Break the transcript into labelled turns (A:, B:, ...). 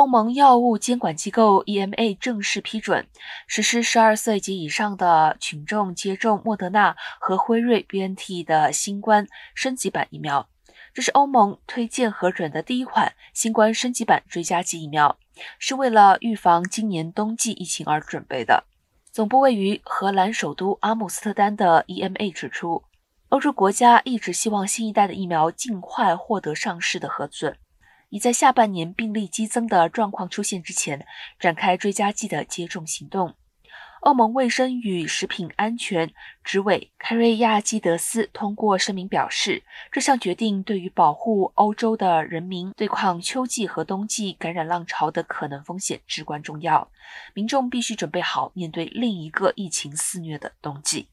A: 欧盟药物监管机构 EMA 正式批准实施12岁及以上的群众接种莫德纳和辉瑞 BNT 的新冠升级版疫苗。这是欧盟推荐核准的第一款新冠升级版追加剂疫苗，是为了预防今年冬季疫情而准备的。总部位于荷兰首都阿姆斯特丹的 EMA 指出，欧洲国家一直希望新一代的疫苗尽快获得上市的核准，以在下半年病例激增的状况出现之前，展开追加剂的接种行动。欧盟卫生与食品安全执委凯瑞亚基德斯通过声明表示，这项决定对于保护欧洲的人民对抗秋季和冬季感染浪潮的可能风险至关重要。民众必须准备好面对另一个疫情肆虐的冬季。